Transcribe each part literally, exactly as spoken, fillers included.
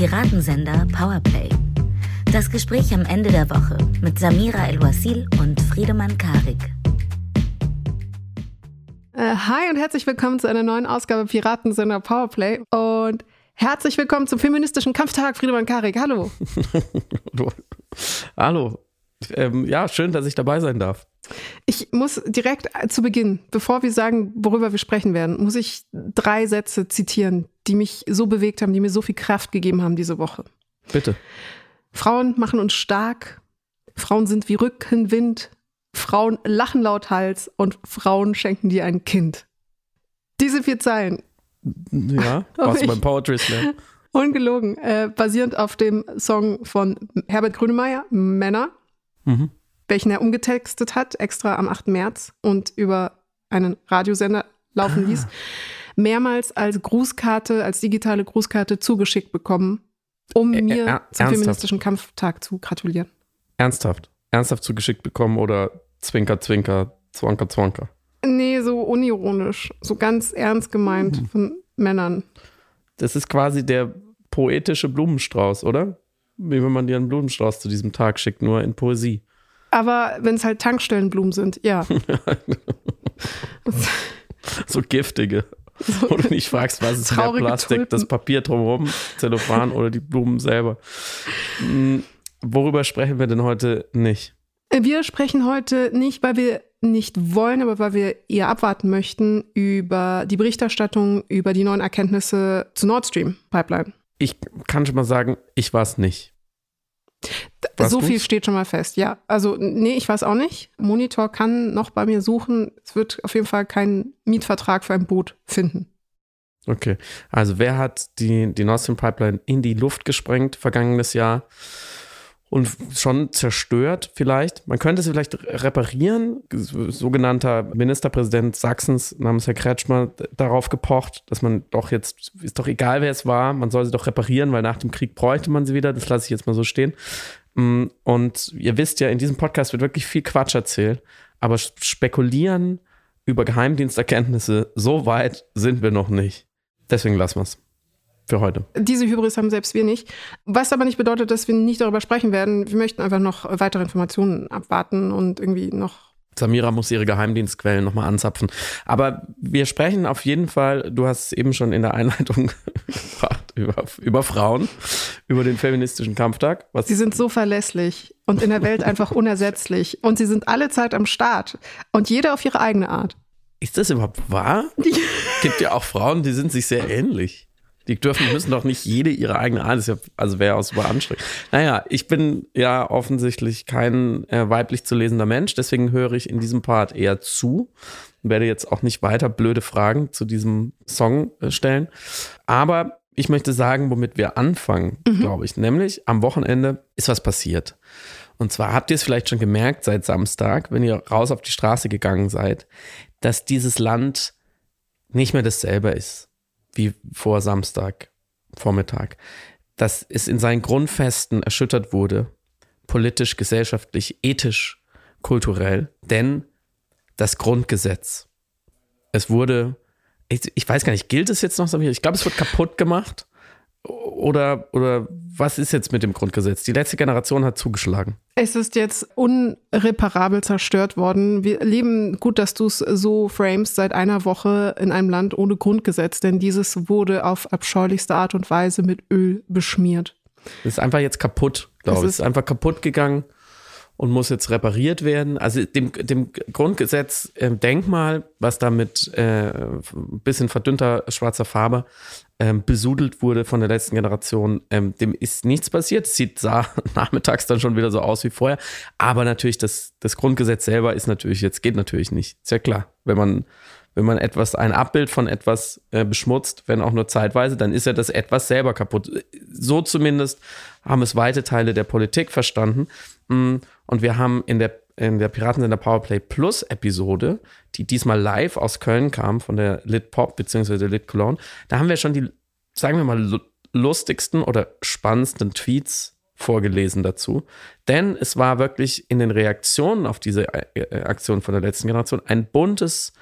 Piratensender Powerplay. Das Gespräch am Ende der Woche mit Samira El-Wasil und Friedemann Karik. Äh, hi und herzlich willkommen zu einer neuen Ausgabe Piratensender Powerplay. Und herzlich willkommen zum feministischen Kampftag, Friedemann Karik. Hallo. Hallo. Ähm, ja, schön, dass ich dabei sein darf. Ich muss direkt zu Beginn, bevor wir sagen, worüber wir sprechen werden, muss ich drei Sätze zitieren, die mich so bewegt haben, die mir so viel Kraft gegeben haben diese Woche. Bitte. Frauen machen uns stark, Frauen sind wie Rückenwind, Frauen lachen lauthals und Frauen schenken dir ein Kind. Diese vier Zeilen. Ja, aus meinem Poetry Slam. Ungelogen, äh, basierend auf dem Song von Herbert Grönemeyer, Männer. Mhm. Welchen er umgetextet hat, extra am achten März und über einen Radiosender laufen ah. ließ, mehrmals als Grußkarte, als digitale Grußkarte zugeschickt bekommen, um mir äh, äh, zum ernsthaft? feministischen Kampftag zu gratulieren. Ernsthaft? Ernsthaft zugeschickt bekommen oder Zwinker, Zwinker, Zwonker, Zwonker? Nee, so unironisch, so ganz ernst gemeint mhm. von Männern. Das ist quasi der poetische Blumenstrauß, oder? Wie wenn man dir einen Blumenstrauß zu diesem Tag schickt, nur in Poesie. Aber wenn es halt Tankstellenblumen sind, ja. So giftige. So wo du nicht fragst, was ist mehr Plastik, Tulpen. Das Papier drumherum, Zellophan oder die Blumen selber. Hm, worüber sprechen wir denn heute nicht? Wir sprechen heute nicht, weil wir nicht wollen, aber weil wir eher abwarten möchten über die Berichterstattung über die neuen Erkenntnisse zur Nord Stream Pipeline. Ich kann schon mal sagen, ich war es nicht. So viel steht schon mal fest, ja. Also, nee, ich weiß auch nicht. Monitor kann noch bei mir suchen. Es wird auf jeden Fall keinen Mietvertrag für ein Boot finden. Okay, also wer hat die, die Nord Stream Pipeline in die Luft gesprengt vergangenes Jahr und schon zerstört vielleicht? Man könnte sie vielleicht reparieren. Sogenannter Ministerpräsident Sachsens namens Herr Kretschmer darauf gepocht, dass man doch jetzt, ist doch egal, wer es war, man soll sie doch reparieren, weil nach dem Krieg bräuchte man sie wieder. Das lasse ich jetzt mal so stehen. Und ihr wisst ja, in diesem Podcast wird wirklich viel Quatsch erzählt, aber spekulieren über Geheimdiensterkenntnisse, so weit sind wir noch nicht. Deswegen lassen wir es für heute. Diese Hybris haben selbst wir nicht. Was aber nicht bedeutet, dass wir nicht darüber sprechen werden. Wir möchten einfach noch weitere Informationen abwarten und irgendwie noch... Samira muss ihre Geheimdienstquellen nochmal anzapfen. Aber wir sprechen auf jeden Fall, du hast es eben schon in der Einleitung gefragt, über, über Frauen, über den feministischen Kampftag. Was sie sind so verlässlich und in der Welt einfach unersetzlich. Und sie sind alle Zeit am Start. Und jeder auf ihre eigene Art. Ist das überhaupt wahr? Es gibt ja auch Frauen, die sind sich sehr ähnlich. Die dürfen, müssen doch nicht jede ihre eigene Art, ja, also wäre auch super anstrengend. Naja, ich bin ja offensichtlich kein äh, weiblich zu lesender Mensch, deswegen höre ich in diesem Part eher zu und werde jetzt auch nicht weiter blöde Fragen zu diesem Song äh, stellen. Aber ich möchte sagen, womit wir anfangen, mhm. glaube ich. Nämlich am Wochenende ist was passiert. Und zwar habt ihr es vielleicht schon gemerkt seit Samstag, wenn ihr raus auf die Straße gegangen seid, dass dieses Land nicht mehr dasselbe ist wie vor Samstag Vormittag, dass es in seinen Grundfesten erschüttert wurde, politisch, gesellschaftlich, ethisch, kulturell, denn das Grundgesetz, es wurde, ich, ich weiß gar nicht, gilt es jetzt noch so? Ich glaube, es wird kaputt gemacht oder, oder was ist jetzt mit dem Grundgesetz? Die letzte Generation hat zugeschlagen. Es ist jetzt unreparabel zerstört worden. Wir leben, gut, dass du es so framest, seit einer Woche in einem Land ohne Grundgesetz, denn dieses wurde auf abscheulichste Art und Weise mit Öl beschmiert. Es ist einfach jetzt kaputt, glaube ich. Es ist einfach kaputt gegangen und muss jetzt repariert werden. Also dem, dem Grundgesetz äh, Denkmal, was da mit äh, ein bisschen verdünnter schwarzer Farbe ähm, besudelt wurde von der letzten Generation, ähm, dem ist nichts passiert. Es sieht sah nachmittags dann schon wieder so aus wie vorher. Aber natürlich, das, das Grundgesetz selber ist natürlich jetzt, geht natürlich nicht. Ist ja klar, wenn man, wenn man etwas, ein Abbild von etwas äh, beschmutzt, wenn auch nur zeitweise, dann ist ja das etwas selber kaputt. So zumindest haben es weite Teile der Politik verstanden. Und wir haben in der, in der Piratensender Powerplay Plus Episode, die diesmal live aus Köln kam, von der Lit Pop bzw. Lit Cologne, da haben wir schon die, sagen wir mal, lustigsten oder spannendsten Tweets vorgelesen dazu. Denn es war wirklich in den Reaktionen auf diese Aktion von der letzten Generation ein buntes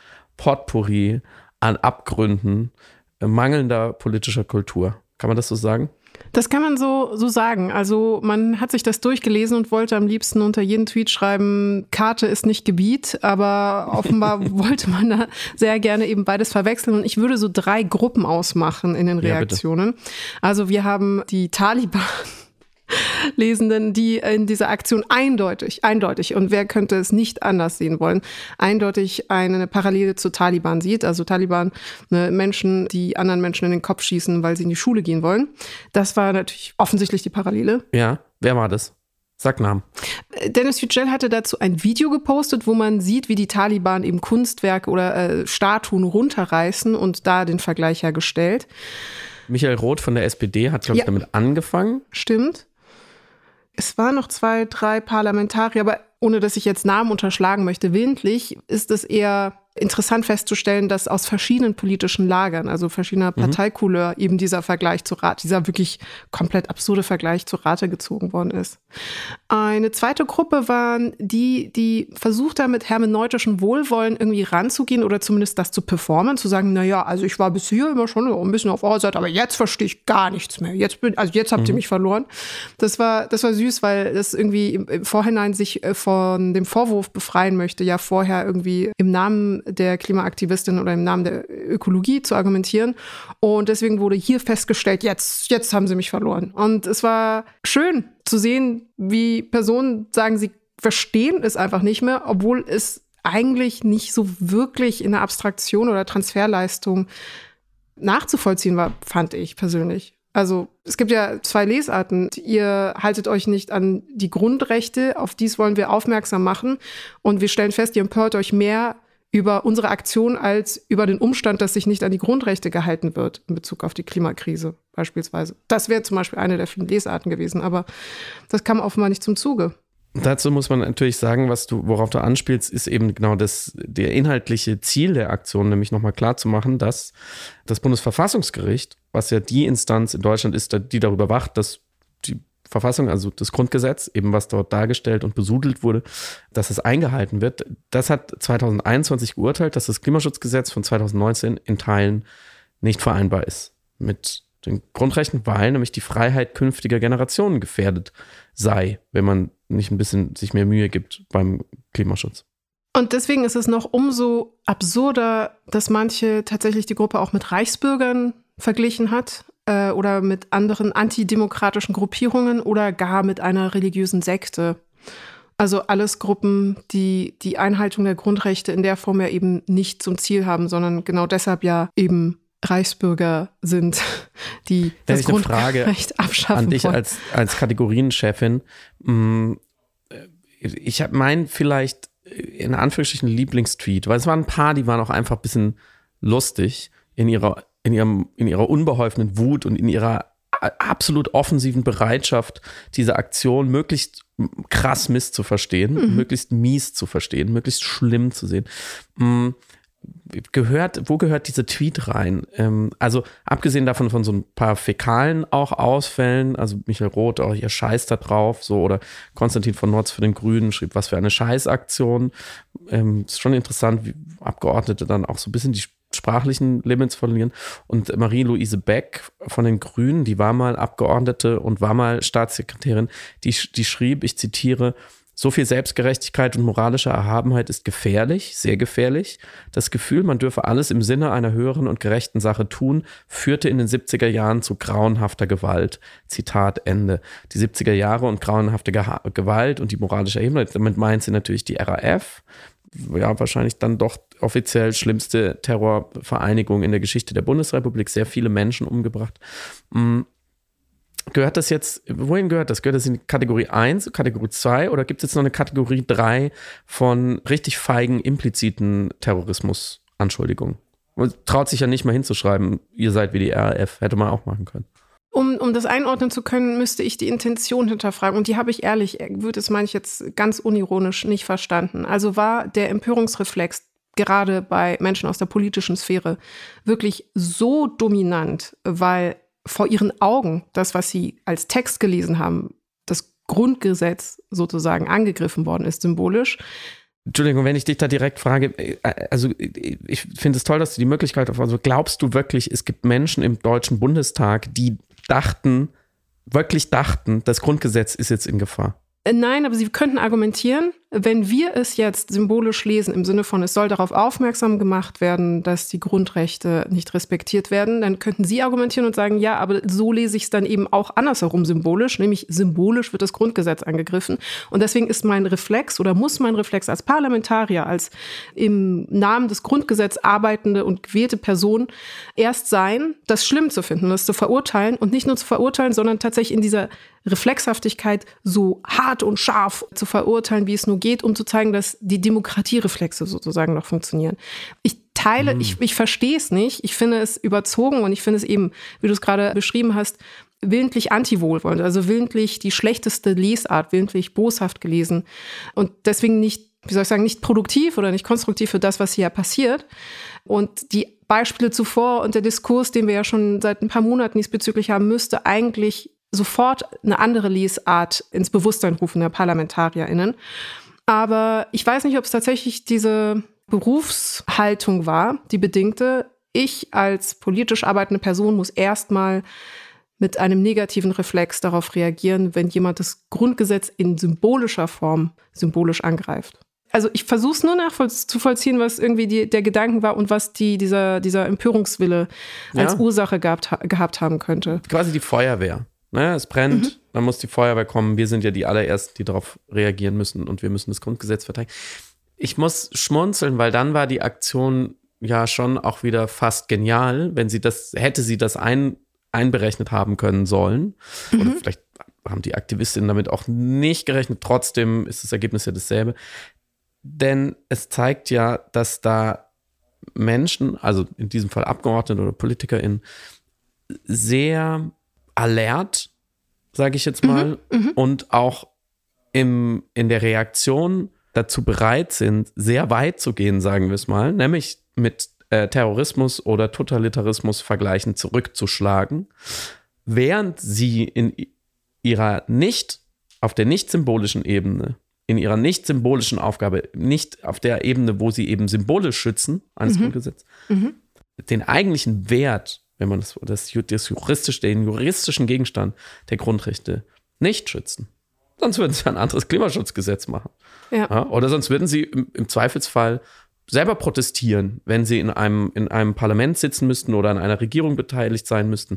Potpourri an Abgründen mangelnder politischer Kultur. Kann man das so sagen? Das kann man so, so sagen. Also man hat sich das durchgelesen und wollte am liebsten unter jeden Tweet schreiben, Karte ist nicht Gebiet, aber offenbar wollte man da sehr gerne eben beides verwechseln. Und ich würde so drei Gruppen ausmachen in den Reaktionen. Ja, also wir haben die Taliban. Lesenden, die in dieser Aktion eindeutig, eindeutig, und wer könnte es nicht anders sehen wollen, eindeutig eine Parallele zu Taliban sieht. Also Taliban, ne, Menschen, die anderen Menschen in den Kopf schießen, weil sie in die Schule gehen wollen. Das war natürlich offensichtlich die Parallele. Ja, wer war das? Sag Namen. Dennis Yücel hatte dazu ein Video gepostet, wo man sieht, wie die Taliban eben Kunstwerke oder äh, Statuen runterreißen und da den Vergleich hergestellt. Michael Roth von der S P D hat, glaube ich, ja. damit angefangen. Stimmt. Es waren noch zwei, drei Parlamentarier, aber ohne dass ich jetzt Namen unterschlagen möchte, willentlich ist es eher interessant festzustellen, dass aus verschiedenen politischen Lagern, also verschiedener Parteikouleur, mhm. eben dieser Vergleich zu Rate, dieser wirklich komplett absurde Vergleich zu Rate gezogen worden ist. Eine zweite Gruppe waren die, die versucht haben, mit hermeneutischem Wohlwollen irgendwie ranzugehen oder zumindest das zu performen, zu sagen, naja, also ich war bis hier immer schon ein bisschen auf eurer Seite, aber jetzt verstehe ich gar nichts mehr. Jetzt bin, also jetzt habt ihr mhm. mich verloren. Das war, das war süß, weil das irgendwie im, im Vorhinein sich von dem Vorwurf befreien möchte, ja vorher irgendwie im Namen der Klimaaktivistin oder im Namen der Ökologie zu argumentieren. Und deswegen wurde hier festgestellt, jetzt, jetzt haben sie mich verloren. Und es war schön zu sehen, wie Personen sagen, sie verstehen es einfach nicht mehr, obwohl es eigentlich nicht so wirklich in der Abstraktion oder Transferleistung nachzuvollziehen war, fand ich persönlich. Also es gibt ja zwei Lesarten. Ihr haltet euch nicht an die Grundrechte, auf dies wollen wir aufmerksam machen. Und wir stellen fest, ihr empört euch mehr über unsere Aktion als über den Umstand, dass sich nicht an die Grundrechte gehalten wird in Bezug auf die Klimakrise beispielsweise. Das wäre zum Beispiel eine der vielen Lesarten gewesen, aber das kam offenbar nicht zum Zuge. Dazu muss man natürlich sagen, was du, worauf du anspielst, ist eben genau das, der inhaltliche Ziel der Aktion, nämlich nochmal klarzumachen, dass das Bundesverfassungsgericht, was ja die Instanz in Deutschland ist, die darüber wacht, dass die Verfassung, also das Grundgesetz, eben was dort dargestellt und besudelt wurde, dass es eingehalten wird. Das hat zwanzig einundzwanzig geurteilt, dass das Klimaschutzgesetz von zwanzig neunzehn in Teilen nicht vereinbar ist mit den Grundrechten, weil nämlich die Freiheit künftiger Generationen gefährdet sei, wenn man nicht ein bisschen sich mehr Mühe gibt beim Klimaschutz. Und deswegen ist es noch umso absurder, dass manche tatsächlich die Gruppe auch mit Reichsbürgern verglichen hat äh, oder mit anderen antidemokratischen Gruppierungen oder gar mit einer religiösen Sekte. Also alles Gruppen, die die Einhaltung der Grundrechte in der Form ja eben nicht zum Ziel haben, sondern genau deshalb ja eben Reichsbürger sind, die das Grundrecht abschaffen an dich wollen. als, als Kategorienchefin. Ich habe meinen vielleicht in Anführungsstrichen Lieblingstweet, weil es waren ein paar, die waren auch einfach ein bisschen lustig in ihrer, in ihrem, in ihrer unbeholfenen Wut und in ihrer absolut offensiven Bereitschaft, diese Aktion möglichst krass misszuverstehen, mhm. möglichst mies zu verstehen, möglichst schlimm zu sehen. Gehört, wo gehört dieser Tweet rein? Ähm, also abgesehen davon von so ein paar fäkalen auch Ausfällen, also Michael Roth, auch ihr Scheiß da drauf, so, oder Konstantin von Notz für den Grünen schrieb, was für eine Scheißaktion. Ähm, ist schon interessant, wie Abgeordnete dann auch so ein bisschen die sprachlichen Limits verlieren. Und Marie-Louise Beck von den Grünen, die war mal Abgeordnete und war mal Staatssekretärin, die, die schrieb, ich zitiere, so viel Selbstgerechtigkeit und moralische Erhabenheit ist gefährlich, sehr gefährlich. Das Gefühl, man dürfe alles im Sinne einer höheren und gerechten Sache tun, führte in den siebziger Jahren zu grauenhafter Gewalt. Zitat Ende. Die siebziger Jahre und grauenhafte Ge- Gewalt und die moralische Erhabenheit, damit meint sie natürlich die R A F. Ja, wahrscheinlich dann doch offiziell schlimmste Terrorvereinigung in der Geschichte der Bundesrepublik. Sehr viele Menschen umgebracht. Mhm. Gehört das jetzt, wohin gehört das? Gehört das in Kategorie eins, Kategorie zwei oder gibt es jetzt noch eine Kategorie drei von richtig feigen, impliziten Terrorismus-Anschuldigungen? Man traut sich ja nicht mal hinzuschreiben, ihr seid wie die R A F. Hätte man auch machen können. Um, um das einordnen zu können, müsste ich die Intention hinterfragen. Und die habe ich ehrlich, würde es meine ich jetzt ganz unironisch, nicht verstanden. Also war der Empörungsreflex gerade bei Menschen aus der politischen Sphäre wirklich so dominant, weil vor ihren Augen das, was sie als Text gelesen haben, das Grundgesetz sozusagen angegriffen worden ist, symbolisch. Entschuldigung, wenn ich dich da direkt frage, also ich finde es toll, dass du die Möglichkeit hast, also glaubst du wirklich, es gibt Menschen im Deutschen Bundestag, die dachten, wirklich dachten, das Grundgesetz ist jetzt in Gefahr. Nein, aber sie könnten argumentieren, wenn wir es jetzt symbolisch lesen, im Sinne von, es soll darauf aufmerksam gemacht werden, dass die Grundrechte nicht respektiert werden, dann könnten sie argumentieren und sagen, ja, aber so lese ich es dann eben auch andersherum symbolisch, nämlich symbolisch wird das Grundgesetz angegriffen. Und deswegen ist mein Reflex oder muss mein Reflex als Parlamentarier, als im Namen des Grundgesetzes arbeitende und gewählte Person erst sein, das schlimm zu finden, das zu verurteilen und nicht nur zu verurteilen, sondern tatsächlich in dieser Reflexhaftigkeit so hart und scharf zu verurteilen, wie es nur geht, um zu zeigen, dass die Demokratiereflexe sozusagen noch funktionieren. Ich teile, mhm. ich, ich verstehe es nicht. Ich finde es überzogen und ich finde es eben, wie du es gerade beschrieben hast, willentlich antiwohlwollend, also willentlich die schlechteste Lesart, willentlich boshaft gelesen und deswegen nicht, wie soll ich sagen, nicht produktiv oder nicht konstruktiv für das, was hier passiert. Und die Beispiele zuvor und der Diskurs, den wir ja schon seit ein paar Monaten diesbezüglich haben, müsste eigentlich sofort eine andere Lesart ins Bewusstsein rufen der ParlamentarierInnen. Aber ich weiß nicht, ob es tatsächlich diese Berufshaltung war, die bedingte, ich als politisch arbeitende Person muss erstmal mit einem negativen Reflex darauf reagieren, wenn jemand das Grundgesetz in symbolischer Form symbolisch angreift. Also ich versuche es nur nachzuvollziehen, was irgendwie die, der Gedanken war und was die, dieser, dieser Empörungswille als ja. Ursache gehabt, gehabt haben könnte. Quasi die Feuerwehr. Naja, es brennt, mhm. dann muss die Feuerwehr kommen. Wir sind ja die allerersten, die darauf reagieren müssen und wir müssen das Grundgesetz verteidigen. Ich muss schmunzeln, weil dann war die Aktion ja schon auch wieder fast genial, wenn sie das, hätte sie das ein, einberechnet haben können sollen. Mhm. Oder vielleicht haben die Aktivistinnen damit auch nicht gerechnet. Trotzdem ist das Ergebnis ja dasselbe. Denn es zeigt ja, dass da Menschen, also in diesem Fall Abgeordnete oder PolitikerInnen, sehr alert, sage ich jetzt mal, mhm, und auch im, in der Reaktion dazu bereit sind, sehr weit zu gehen, sagen wir es mal, nämlich mit äh, Terrorismus oder Totalitarismus-Vergleichen zurückzuschlagen, während sie in ihrer nicht, auf der nicht symbolischen Ebene, in ihrer nicht symbolischen Aufgabe, nicht auf der Ebene, wo sie eben symbolisch schützen, eines mhm. Grundgesetzes, mhm. den eigentlichen Wert, wenn man das, das, das juristisch, den juristischen Gegenstand der Grundrechte nicht schützen. Sonst würden sie ein anderes Klimaschutzgesetz machen. Ja. Ja, oder sonst würden sie im, im Zweifelsfall selber protestieren, wenn sie in einem, in einem Parlament sitzen müssten oder an einer Regierung beteiligt sein müssten,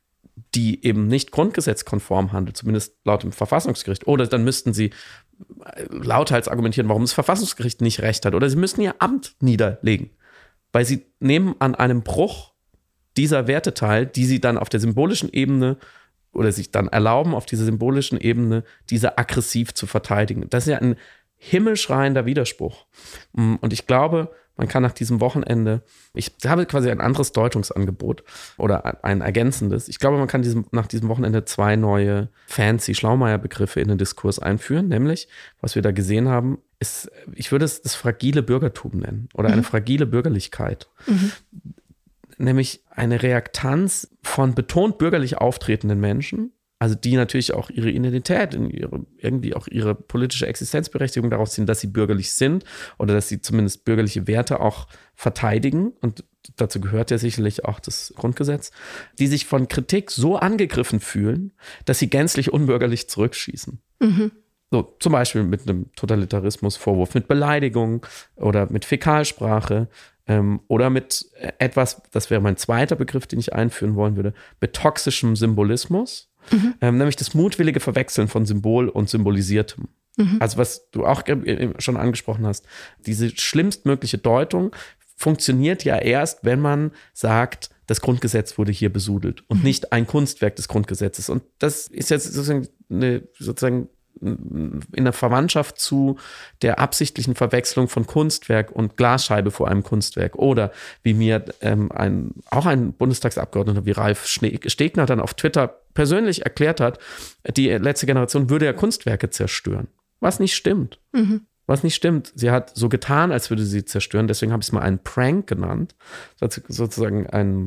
die eben nicht grundgesetzkonform handelt, zumindest laut dem Verfassungsgericht. Oder dann müssten sie lauthals argumentieren, warum das Verfassungsgericht nicht recht hat. Oder sie müssten ihr Amt niederlegen, weil sie nehmen an einem Bruch dieser Werte teil, die sie dann auf der symbolischen Ebene oder sich dann erlauben, auf dieser symbolischen Ebene diese aggressiv zu verteidigen. Das ist ja ein himmelschreiender Widerspruch. Und ich glaube, man kann nach diesem Wochenende, ich habe quasi ein anderes Deutungsangebot oder ein ergänzendes. Ich glaube, man kann diesem, nach diesem Wochenende zwei neue fancy Schlaumeier-Begriffe in den Diskurs einführen, nämlich, was wir da gesehen haben, ist, ich würde es das fragile Bürgertum nennen oder eine mhm. fragile Bürgerlichkeit. Mhm. Nämlich eine Reaktanz von betont bürgerlich auftretenden Menschen, also die natürlich auch ihre Identität, in ihre, irgendwie auch ihre politische Existenzberechtigung darauf ziehen, dass sie bürgerlich sind oder dass sie zumindest bürgerliche Werte auch verteidigen. Und dazu gehört ja sicherlich auch das Grundgesetz, die sich von Kritik so angegriffen fühlen, dass sie gänzlich unbürgerlich zurückschießen. Mhm. So, zum Beispiel mit einem Totalitarismusvorwurf, mit Beleidigung oder mit Fäkalsprache. Ähm, oder mit etwas, das wäre mein zweiter Begriff, den ich einführen wollen würde, mit toxischem Symbolismus, mhm. ähm, nämlich das mutwillige Verwechseln von Symbol und Symbolisiertem. Mhm. Also was du auch schon angesprochen hast, diese schlimmstmögliche Deutung funktioniert ja erst, wenn man sagt, das Grundgesetz wurde hier besudelt und mhm. nicht ein Kunstwerk des Grundgesetzes. Und das ist jetzt sozusagen eine, sozusagen in der Verwandtschaft zu der absichtlichen Verwechslung von Kunstwerk und Glasscheibe vor einem Kunstwerk. Oder wie mir ähm, ein, auch ein Bundestagsabgeordneter wie Ralf Stegner dann auf Twitter persönlich erklärt hat, die letzte Generation würde ja Kunstwerke zerstören. Was nicht stimmt. Mhm. Was nicht stimmt. Sie hat so getan, als würde sie zerstören. Deswegen habe ich es mal einen Prank genannt. Sozusagen ein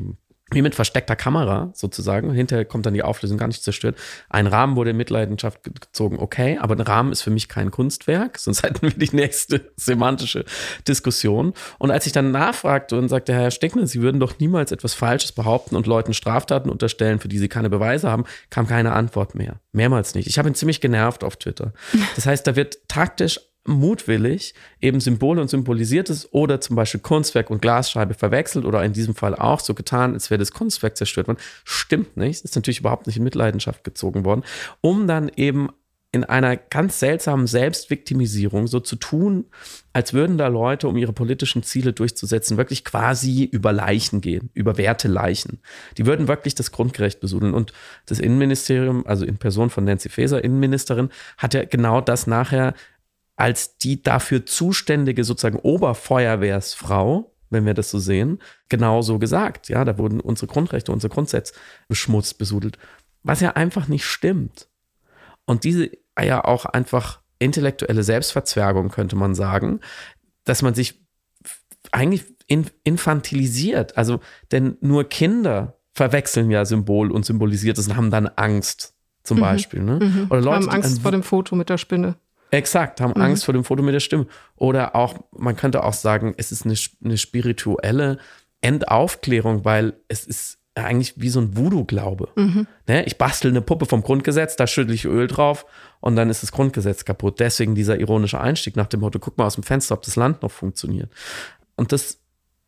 wie mit versteckter Kamera sozusagen. Hinterher kommt dann die Auflösung gar nicht zerstört. Ein Rahmen wurde in Mitleidenschaft gezogen, okay, aber ein Rahmen ist für mich kein Kunstwerk, sonst hätten wir die nächste semantische Diskussion. Und als ich dann nachfragte und sagte, Herr Steckner, Sie würden doch niemals etwas Falsches behaupten und Leuten Straftaten unterstellen, für die sie keine Beweise haben, kam keine Antwort mehr. Mehrmals nicht. Ich habe ihn ziemlich genervt auf Twitter. Das heißt, da wird taktisch mutwillig eben Symbole und Symbolisiertes oder zum Beispiel Kunstwerk und Glasscheibe verwechselt oder in diesem Fall auch so getan, als wäre das Kunstwerk zerstört worden. Stimmt nicht, ist natürlich überhaupt nicht in Mitleidenschaft gezogen worden, um dann eben in einer ganz seltsamen Selbstviktimisierung so zu tun, als würden da Leute, um ihre politischen Ziele durchzusetzen, wirklich quasi über Leichen gehen, über werte Leichen. Die würden wirklich das Grundgerecht besudeln. Und das Innenministerium, also in Person von Nancy Faeser, Innenministerin, hat ja genau das nachher als die dafür zuständige sozusagen Oberfeuerwehrsfrau, wenn wir das so sehen, genauso gesagt. Ja, da wurden unsere Grundrechte, unsere Grundsätze beschmutzt, besudelt, was ja einfach nicht stimmt. Und diese ja auch einfach intellektuelle Selbstverzwergung, könnte man sagen, dass man sich eigentlich infantilisiert. Also, denn nur Kinder verwechseln ja Symbol und Symbolisiertes und haben dann Angst, zum mhm. Beispiel. Ne? Mhm. Oder Leute, haben Angst vor dem Foto mit der Spinne. Exakt, haben mhm. Angst vor dem Foto mit der Stimme. Oder auch, man könnte auch sagen, es ist eine, eine spirituelle Entaufklärung, weil es ist eigentlich wie so ein Voodoo-Glaube. Mhm. Ne? Ich bastel eine Puppe vom Grundgesetz, da schüttle ich Öl drauf und dann ist das Grundgesetz kaputt. Deswegen dieser ironische Einstieg nach dem Motto, guck mal aus dem Fenster, ob das Land noch funktioniert. Und das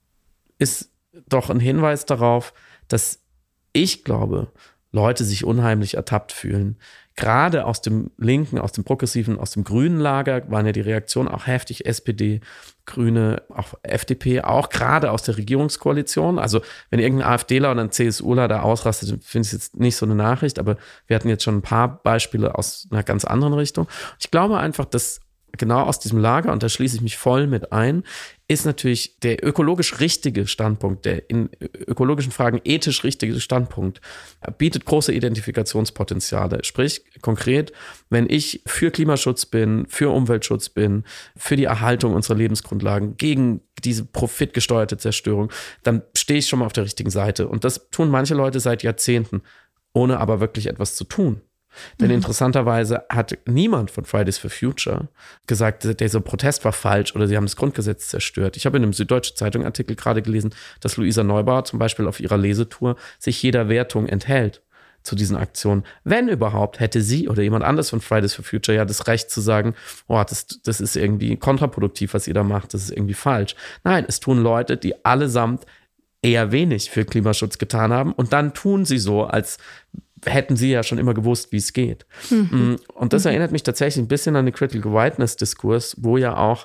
ist doch ein Hinweis darauf, dass ich glaube, Leute sich unheimlich ertappt fühlen. Gerade aus dem linken, aus dem progressiven, aus dem grünen Lager waren ja die Reaktionen auch heftig. S P D, Grüne, auch F D P, auch gerade aus der Regierungskoalition. Also wenn irgendein AfDler oder ein CSUler da ausrastet, finde ich jetzt nicht so eine Nachricht, aber wir hatten jetzt schon ein paar Beispiele aus einer ganz anderen Richtung. Ich glaube einfach, dass genau aus diesem Lager, und da schließe ich mich voll mit ein, ist natürlich der ökologisch richtige Standpunkt, der in ökologischen Fragen ethisch richtige Standpunkt, bietet große Identifikationspotenziale. Sprich, konkret, wenn ich für Klimaschutz bin, für Umweltschutz bin, für die Erhaltung unserer Lebensgrundlagen, gegen diese profitgesteuerte Zerstörung, dann stehe ich schon mal auf der richtigen Seite. Und das tun manche Leute seit Jahrzehnten, ohne aber wirklich etwas zu tun. Denn mhm. interessanterweise hat niemand von Fridays for Future gesagt, dieser Protest war falsch oder sie haben das Grundgesetz zerstört. Ich habe in einem Süddeutsche Zeitung Artikel gerade gelesen, dass Luisa Neubauer zum Beispiel auf ihrer Lesetour sich jeder Wertung enthält zu diesen Aktionen. Wenn überhaupt, hätte sie oder jemand anderes von Fridays for Future ja das Recht zu sagen, oh, das, das ist irgendwie kontraproduktiv, was ihr da macht, das ist irgendwie falsch. Nein, es tun Leute, die allesamt eher wenig für Klimaschutz getan haben und dann tun sie so, als hätten sie ja schon immer gewusst, wie es geht. Mhm. Und das mhm. erinnert mich tatsächlich ein bisschen an den Critical Whiteness-Diskurs, wo ja auch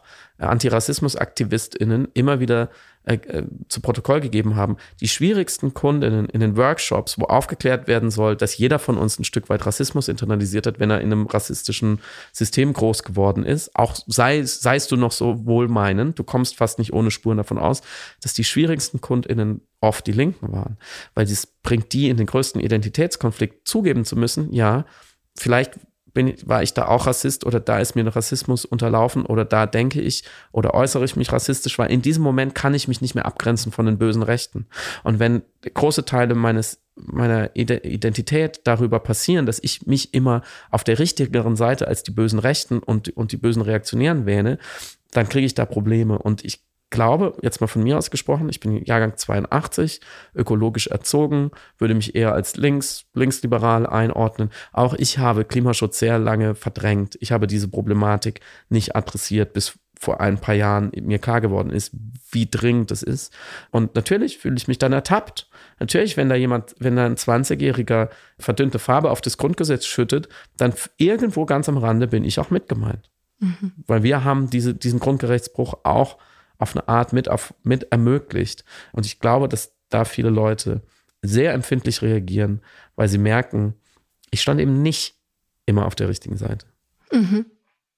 Antirassismus-AktivistInnen immer wieder äh, äh, zu Protokoll gegeben haben, die schwierigsten Kundinnen in den Workshops, wo aufgeklärt werden soll, dass jeder von uns ein Stück weit Rassismus internalisiert hat, wenn er in einem rassistischen System groß geworden ist, auch sei, seist du noch so wohlmeinend, du kommst fast nicht ohne Spuren davon aus, dass die schwierigsten KundInnen oft die Linken waren, weil es bringt die in den größten Identitätskonflikt zugeben zu müssen, ja, vielleicht bin ich, war ich da auch Rassist oder da ist mir ein Rassismus unterlaufen oder da denke ich oder äußere ich mich rassistisch, weil in diesem Moment kann ich mich nicht mehr abgrenzen von den bösen Rechten. Und wenn große Teile meines meiner Identität darüber passieren, dass ich mich immer auf der richtigeren Seite als die bösen Rechten und, und die bösen Reaktionären wähne, dann kriege ich da Probleme. Und ich glaube, jetzt mal von mir aus gesprochen, ich bin Jahrgang zweiundachtzig, ökologisch erzogen, würde mich eher als links, linksliberal einordnen. Auch ich habe Klimaschutz sehr lange verdrängt. Ich habe diese Problematik nicht adressiert, bis vor ein paar Jahren mir klar geworden ist, wie dringend es ist. Und natürlich fühle ich mich dann ertappt. Natürlich, wenn da jemand, wenn da ein zwanzigjähriger verdünnte Farbe auf das Grundgesetz schüttet, dann irgendwo ganz am Rande bin ich auch mit gemeint. Mhm. Weil wir haben diese, diesen Grundgerechtsbruch auch auf eine Art mit, auf, mit ermöglicht. Und ich glaube, dass da viele Leute sehr empfindlich reagieren, weil sie merken, ich stand eben nicht immer auf der richtigen Seite. Mhm.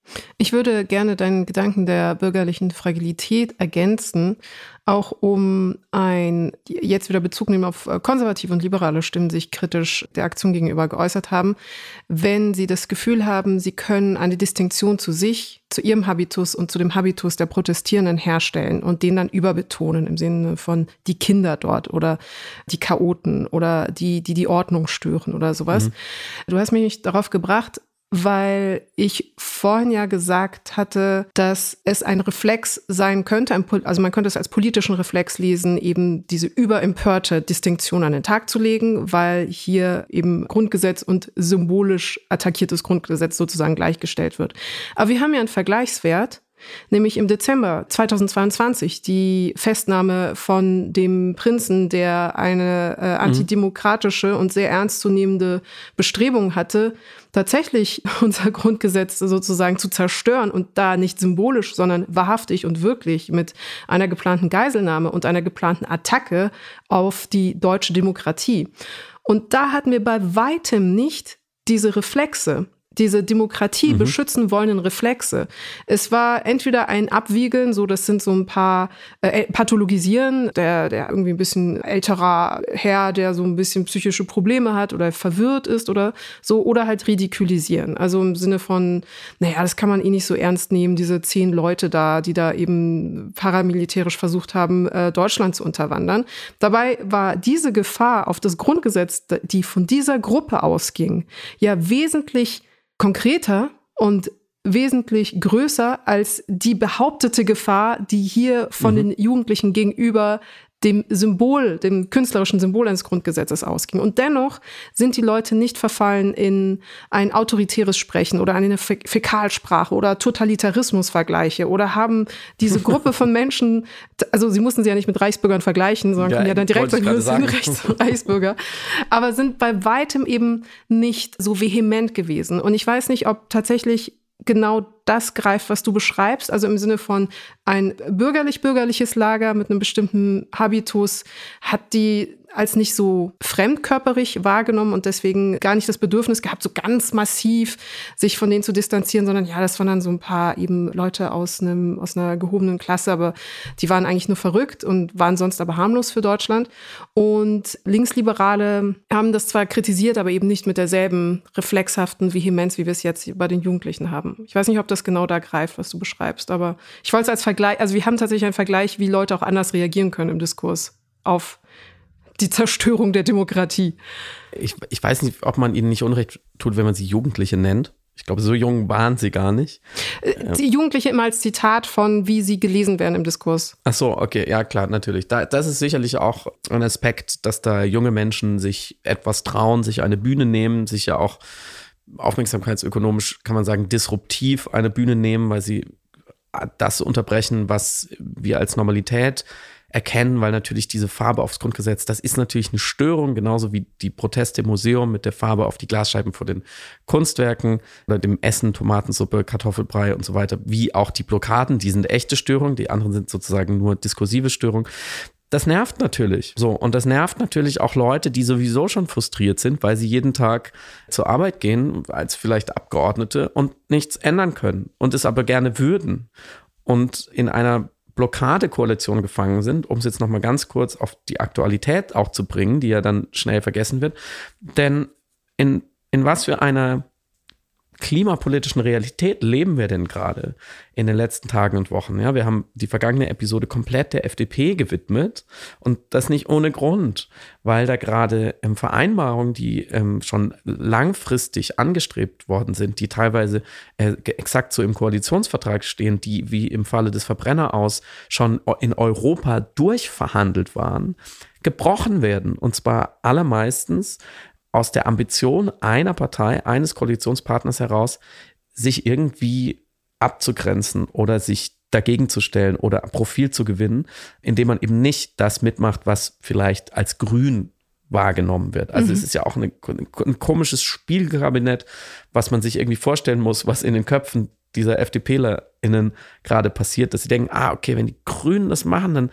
Ich würde gerne deinen Gedanken der bürgerlichen Fragilität ergänzen, auch um ein, jetzt wieder Bezug nehmen auf konservative und liberale Stimmen, sich kritisch der Aktion gegenüber geäußert haben, wenn sie das Gefühl haben, sie können eine Distinktion zu sich, zu ihrem Habitus und zu dem Habitus der Protestierenden herstellen und den dann überbetonen im Sinne von die Kinder dort oder die Chaoten oder die, die die Ordnung stören oder sowas. Mhm. Du hast mich darauf gebracht, weil ich vorhin ja gesagt hatte, dass es ein Reflex sein könnte, also man könnte es als politischen Reflex lesen, eben diese überempörte Distinktion an den Tag zu legen, weil hier eben Grundgesetz und symbolisch attackiertes Grundgesetz sozusagen gleichgestellt wird. Aber wir haben ja einen Vergleichswert, nämlich im Dezember zweitausendzweiundzwanzig die Festnahme von dem Prinzen, der eine äh, antidemokratische und sehr ernstzunehmende Bestrebung hatte, tatsächlich unser Grundgesetz sozusagen zu zerstören und da nicht symbolisch, sondern wahrhaftig und wirklich mit einer geplanten Geiselnahme und einer geplanten Attacke auf die deutsche Demokratie. Und da hatten wir bei weitem nicht diese Reflexe, diese Demokratie mhm. beschützen wollenden Reflexe. Es war entweder ein Abwiegeln, so das sind so ein paar äh, Pathologisieren, der, der irgendwie ein bisschen älterer Herr, der so ein bisschen psychische Probleme hat oder verwirrt ist oder so, oder halt ridikulisieren. Also im Sinne von, naja, das kann man eh nicht so ernst nehmen, diese zehn Leute da, die da eben paramilitärisch versucht haben, äh, Deutschland zu unterwandern. Dabei war diese Gefahr auf das Grundgesetz, die von dieser Gruppe ausging, ja wesentlich konkreter und wesentlich größer als die behauptete Gefahr, die hier von mhm. den Jugendlichen gegenüber dem Symbol, dem künstlerischen Symbol eines Grundgesetzes ausging. Und dennoch sind die Leute nicht verfallen in ein autoritäres Sprechen oder eine Fä- Fäkalsprache oder Totalitarismusvergleiche oder haben diese Gruppe von Menschen, also sie mussten sie ja nicht mit Reichsbürgern vergleichen, sondern ja, können ja dann direkt sagen, das sind Rechts- Reichsbürger, aber sind bei weitem eben nicht so vehement gewesen. Und ich weiß nicht, ob tatsächlich genau das greift, was du beschreibst, also im Sinne von ein bürgerlich-bürgerliches Lager mit einem bestimmten Habitus hat die als nicht so fremdkörperig wahrgenommen und deswegen gar nicht das Bedürfnis gehabt, so ganz massiv sich von denen zu distanzieren, sondern ja, das waren dann so ein paar eben Leute aus einem aus einer gehobenen Klasse, aber die waren eigentlich nur verrückt und waren sonst aber harmlos für Deutschland. Und Linksliberale haben das zwar kritisiert, aber eben nicht mit derselben reflexhaften Vehemenz, wie wir es jetzt bei den Jugendlichen haben. Ich weiß nicht, ob das genau da greift, was du beschreibst, aber ich wollte es als Vergleich, also wir haben tatsächlich einen Vergleich, wie Leute auch anders reagieren können im Diskurs auf die Zerstörung der Demokratie. Ich, ich weiß nicht, ob man ihnen nicht Unrecht tut, wenn man sie Jugendliche nennt. Ich glaube, so jung waren sie gar nicht. Die Jugendliche immer als Zitat von, wie sie gelesen werden im Diskurs. Ach so, okay, ja klar, natürlich. Da, das ist sicherlich auch ein Aspekt, dass da junge Menschen sich etwas trauen, sich eine Bühne nehmen, sich ja auch aufmerksamkeitsökonomisch, kann man sagen, disruptiv eine Bühne nehmen, weil sie das unterbrechen, was wir als Normalität erkennen, weil natürlich diese Farbe aufs Grundgesetz, das ist natürlich eine Störung, genauso wie die Proteste im Museum mit der Farbe auf die Glasscheiben vor den Kunstwerken oder dem Essen, Tomatensuppe, Kartoffelbrei und so weiter, wie auch die Blockaden, die sind echte Störungen, die anderen sind sozusagen nur diskursive Störungen. Das nervt natürlich. So, und das nervt natürlich auch Leute, die sowieso schon frustriert sind, weil sie jeden Tag zur Arbeit gehen, als vielleicht Abgeordnete und nichts ändern können und es aber gerne würden. Und in einer Blockadekoalition gefangen sind, um es jetzt nochmal ganz kurz auf die Aktualität auch zu bringen, die ja dann schnell vergessen wird. Denn in, in was für einer klimapolitischen Realität leben wir denn gerade in den letzten Tagen und Wochen? Ja, wir haben die vergangene Episode komplett der F D P gewidmet und das nicht ohne Grund, weil da gerade ähm, Vereinbarungen, die ähm, schon langfristig angestrebt worden sind, die teilweise äh, exakt so im Koalitionsvertrag stehen, die wie im Falle des Verbrenneraus schon in Europa durchverhandelt waren, gebrochen werden. Und zwar allermeistens aus der Ambition einer Partei, eines Koalitionspartners heraus, sich irgendwie abzugrenzen oder sich dagegen zu stellen oder Profil zu gewinnen, indem man eben nicht das mitmacht, was vielleicht als grün wahrgenommen wird. Also mhm. es ist ja auch eine, ein komisches Spielkabinett, was man sich irgendwie vorstellen muss, was in den Köpfen dieser FDPlerInnen gerade passiert, dass sie denken, ah, okay, wenn die Grünen das machen, dann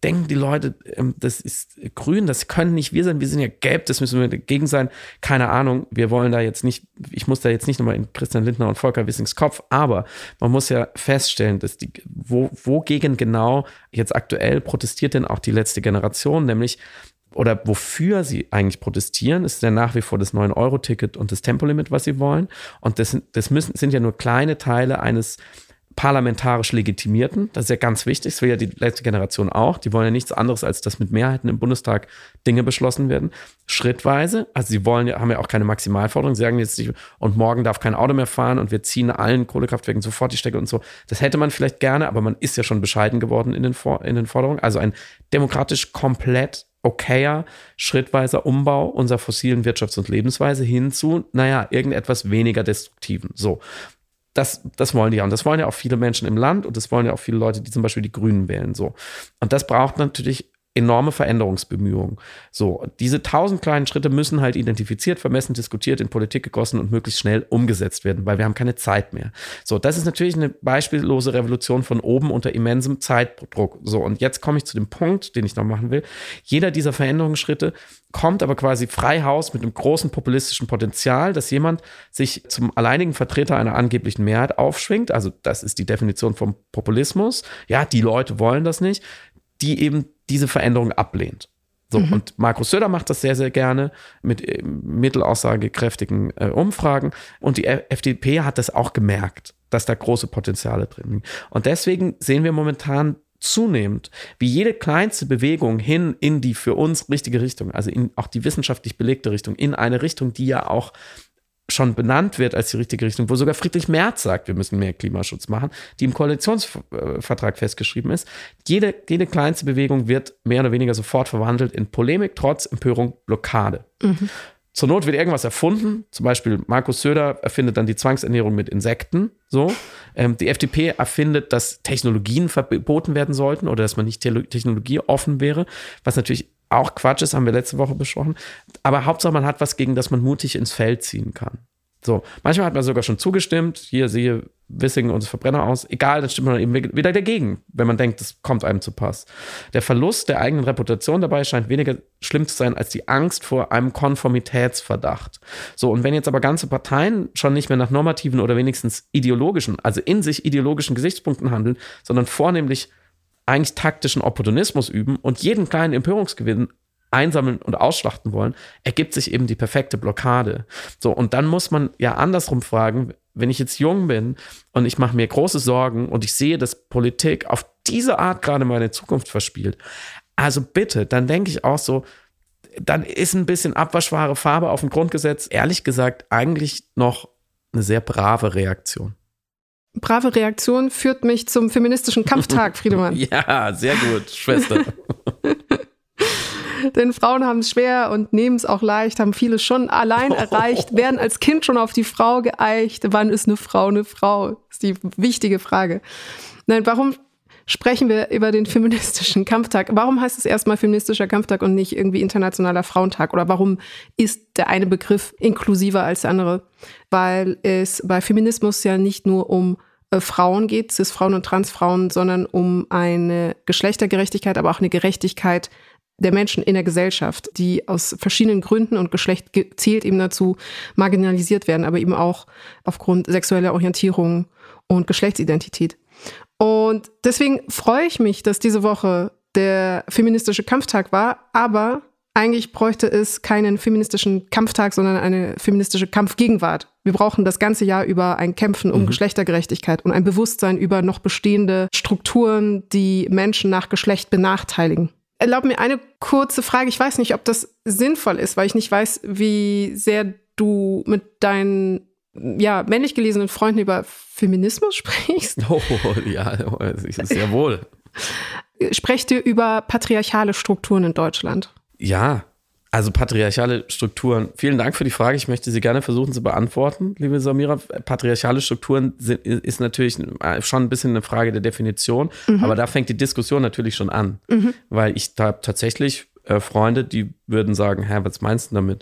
denken die Leute, das ist grün, das können nicht wir sein, wir sind ja gelb, das müssen wir dagegen sein. Keine Ahnung, wir wollen da jetzt nicht, ich muss da jetzt nicht nochmal in Christian Lindner und Volker Wissings Kopf, aber man muss ja feststellen, dass die, wo, wogegen genau jetzt aktuell protestiert denn auch die letzte Generation, nämlich oder wofür sie eigentlich protestieren, ist ja nach wie vor das neun Euro Ticket und das Tempolimit, was sie wollen. Und das, das müssen, sind ja nur kleine Teile eines parlamentarisch Legitimierten. Das ist ja ganz wichtig. Das will ja die letzte Generation auch. Die wollen ja nichts anderes, als dass mit Mehrheiten im Bundestag Dinge beschlossen werden. Schrittweise. Also sie wollen ja, haben ja auch keine Maximalforderung. Sie sagen jetzt nicht, und morgen darf kein Auto mehr fahren und wir ziehen allen Kohlekraftwerken sofort die Stecker und so. Das hätte man vielleicht gerne, aber man ist ja schon bescheiden geworden in den, in den Forderungen. Also ein demokratisch komplett okayer, schrittweiser Umbau unserer fossilen Wirtschafts- und Lebensweise hin zu, naja, irgendetwas weniger Destruktiven. So. Das, das wollen die ja. Und das wollen ja auch viele Menschen im Land und das wollen ja auch viele Leute, die zum Beispiel die Grünen wählen. So. Und das braucht natürlich enorme Veränderungsbemühungen. So, diese tausend kleinen Schritte müssen halt identifiziert, vermessen, diskutiert, in Politik gegossen und möglichst schnell umgesetzt werden, weil wir haben keine Zeit mehr. So, das ist natürlich eine beispiellose Revolution von oben unter immensem Zeitdruck. So, und jetzt komme ich zu dem Punkt, den ich noch machen will. Jeder dieser Veränderungsschritte kommt aber quasi frei Haus mit einem großen populistischen Potenzial, dass jemand sich zum alleinigen Vertreter einer angeblichen Mehrheit aufschwingt. Also das ist die Definition vom Populismus. Ja, die Leute wollen das nicht, die eben diese Veränderung ablehnt. So, mhm. Und Markus Söder macht das sehr, sehr gerne mit äh, mittelaussagekräftigen äh, Umfragen. Und die F D P hat das auch gemerkt, dass da große Potenziale drin liegen. Und deswegen sehen wir momentan zunehmend, wie jede kleinste Bewegung hin in die für uns richtige Richtung, also in auch die wissenschaftlich belegte Richtung, in eine Richtung, die ja auch schon benannt wird als die richtige Richtung, wo sogar Friedrich Merz sagt, wir müssen mehr Klimaschutz machen, die im Koalitionsvertrag festgeschrieben ist. Jede, jede kleinste Bewegung wird mehr oder weniger sofort verwandelt in Polemik, Trotz, Empörung, Blockade. Mhm. Zur Not wird irgendwas erfunden, zum Beispiel Markus Söder erfindet dann die Zwangsernährung mit Insekten. So. Ähm, die F D P erfindet, dass Technologien verboten werden sollten oder dass man nicht technologieoffen wäre, was natürlich auch Quatsch ist, haben wir letzte Woche besprochen. Aber Hauptsache, man hat was, gegen das man mutig ins Feld ziehen kann. So, manchmal hat man sogar schon zugestimmt. Hier, siehe Wissing und das Verbrenner aus. Egal, dann stimmt man eben wieder dagegen, wenn man denkt, das kommt einem zu Pass. Der Verlust der eigenen Reputation dabei scheint weniger schlimm zu sein als die Angst vor einem Konformitätsverdacht. So, und wenn jetzt aber ganze Parteien schon nicht mehr nach normativen oder wenigstens ideologischen, also in sich ideologischen Gesichtspunkten handeln, sondern vornehmlich eigentlich taktischen Opportunismus üben und jeden kleinen Empörungsgewinn einsammeln und ausschlachten wollen, ergibt sich eben die perfekte Blockade. So, und dann muss man ja andersrum fragen, wenn ich jetzt jung bin und ich mache mir große Sorgen und ich sehe, dass Politik auf diese Art gerade meine Zukunft verspielt, also bitte, dann denke ich auch so, dann ist ein bisschen abwaschware Farbe auf dem Grundgesetz, ehrlich gesagt, eigentlich noch eine sehr brave Reaktion. Brave Reaktion führt mich zum feministischen Kampftag, Friedemann. Ja, sehr gut, Schwester. Denn Frauen haben es schwer und nehmen es auch leicht, haben viele schon allein erreicht, werden als Kind schon auf die Frau geeicht. Wann ist eine Frau eine Frau? Das ist die wichtige Frage. Nein, warum sprechen wir über den feministischen Kampftag? Warum heißt es erstmal feministischer Kampftag und nicht irgendwie internationaler Frauentag? Oder warum ist der eine Begriff inklusiver als der andere? Weil es bei Feminismus ja nicht nur um äh, Frauen geht, Cis-Frauen und Transfrauen, sondern um eine Geschlechtergerechtigkeit, aber auch eine Gerechtigkeit der Menschen in der Gesellschaft, die aus verschiedenen Gründen und Geschlecht zählt eben dazu marginalisiert werden, aber eben auch aufgrund sexueller Orientierung und Geschlechtsidentität. Und deswegen freue ich mich, dass diese Woche der feministische Kampftag war, aber eigentlich bräuchte es keinen feministischen Kampftag, sondern eine feministische Kampfgegenwart. Wir brauchen das ganze Jahr über ein Kämpfen um mhm. Geschlechtergerechtigkeit und ein Bewusstsein über noch bestehende Strukturen, die Menschen nach Geschlecht benachteiligen. Erlaub mir eine kurze Frage. Ich weiß nicht, ob das sinnvoll ist, weil ich nicht weiß, wie sehr du mit deinen ja, männlich gelesenen Freunden über Feminismus sprichst. Oh, ja, sehr wohl. Sprecht ihr über patriarchale Strukturen in Deutschland? Ja, also patriarchale Strukturen. Vielen Dank für die Frage. Ich möchte sie gerne versuchen zu beantworten, liebe Samira. Patriarchale Strukturen sind, ist natürlich schon ein bisschen eine Frage der Definition, mhm. aber da fängt die Diskussion natürlich schon an, mhm. weil ich da tatsächlich äh, Freunde, die würden sagen, hä, was meinst du damit?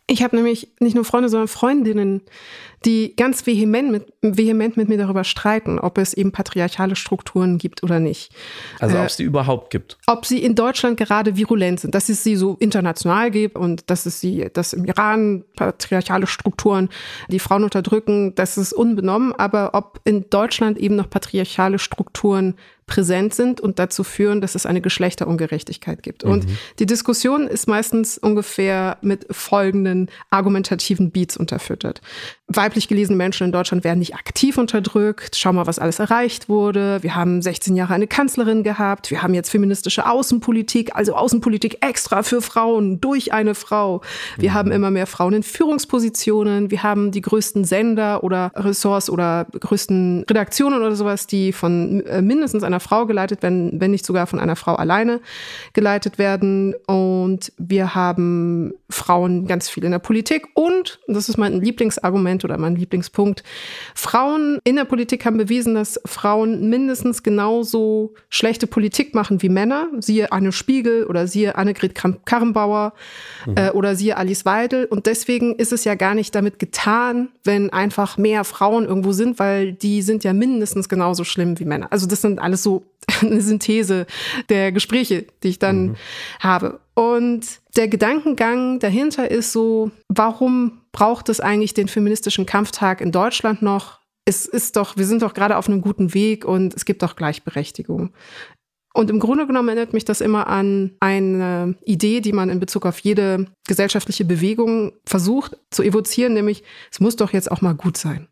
Ich habe nämlich nicht nur Freunde, sondern Freundinnen, die ganz vehement mit, vehement mit mir darüber streiten, ob es eben patriarchale Strukturen gibt oder nicht. Also äh, ob es die überhaupt gibt. Ob sie in Deutschland gerade virulent sind, dass es sie so international gibt und dass es sie, dass im Iran patriarchale Strukturen die Frauen unterdrücken, das ist unbenommen. Aber ob in Deutschland eben noch patriarchale Strukturen präsent sind und dazu führen, dass es eine Geschlechterungerechtigkeit gibt. Mhm. Und die Diskussion ist meistens ungefähr mit folgenden argumentativen Beats unterfüttert. Weiblich gelesene Menschen in Deutschland werden nicht aktiv unterdrückt. Schau mal, was alles erreicht wurde. Wir haben sechzehn Jahre eine Kanzlerin gehabt. Wir haben jetzt feministische Außenpolitik, also Außenpolitik extra für Frauen durch eine Frau. Wir mhm. haben immer mehr Frauen in Führungspositionen. Wir haben die größten Sender oder Ressorts oder größten Redaktionen oder sowas, die von mindestens einer Frau geleitet werden, wenn nicht sogar von einer Frau alleine geleitet werden. Und wir haben Frauen ganz viel in der Politik. Und, das ist mein Lieblingsargument oder mein Lieblingspunkt, Frauen in der Politik haben bewiesen, dass Frauen mindestens genauso schlechte Politik machen wie Männer. Siehe Anne Spiegel oder siehe Annegret Kramp-Karrenbauer mhm. äh, oder siehe Alice Weidel. Und deswegen ist es ja gar nicht damit getan, wenn einfach mehr Frauen irgendwo sind, weil die sind ja mindestens genauso schlimm wie Männer. Also das sind alles so eine Synthese der Gespräche, die ich dann mhm. habe. Und der Gedankengang dahinter ist so, warum braucht es eigentlich den feministischen Kampftag in Deutschland noch? Es ist doch, wir sind doch gerade auf einem guten Weg und es gibt doch Gleichberechtigung. Und im Grunde genommen erinnert mich das immer an eine Idee, die man in Bezug auf jede gesellschaftliche Bewegung versucht zu evozieren, nämlich, es muss doch jetzt auch mal gut sein.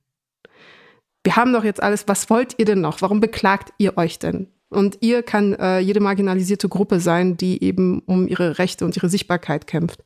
Wir haben doch jetzt alles, was wollt ihr denn noch? Warum beklagt ihr euch denn? Und ihr kann äh, jede marginalisierte Gruppe sein, die eben um ihre Rechte und ihre Sichtbarkeit kämpft.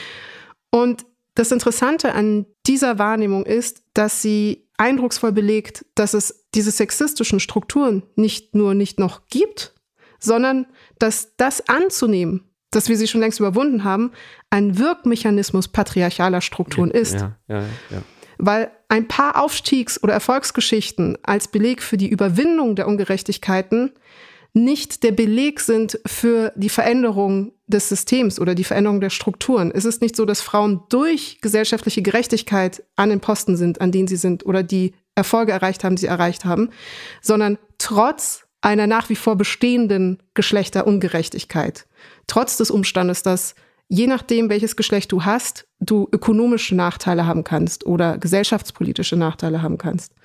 Und das Interessante an dieser Wahrnehmung ist, dass sie eindrucksvoll belegt, dass es diese sexistischen Strukturen nicht nur nicht noch gibt, sondern dass das anzunehmen, dass wir sie schon längst überwunden haben, ein Wirkmechanismus patriarchaler Strukturen ist. Ja, ja, ja. Weil ein paar Aufstiegs- oder Erfolgsgeschichten als Beleg für die Überwindung der Ungerechtigkeiten nicht der Beleg sind für die Veränderung des Systems oder die Veränderung der Strukturen. Es ist nicht so, dass Frauen durch gesellschaftliche Gerechtigkeit an den Posten sind, an denen sie sind oder die Erfolge erreicht haben, die sie erreicht haben, sondern trotz einer nach wie vor bestehenden Geschlechterungerechtigkeit. Trotz des Umstandes, dass je nachdem, welches Geschlecht du hast, du ökonomische Nachteile haben kannst oder gesellschaftspolitische Nachteile haben kannst.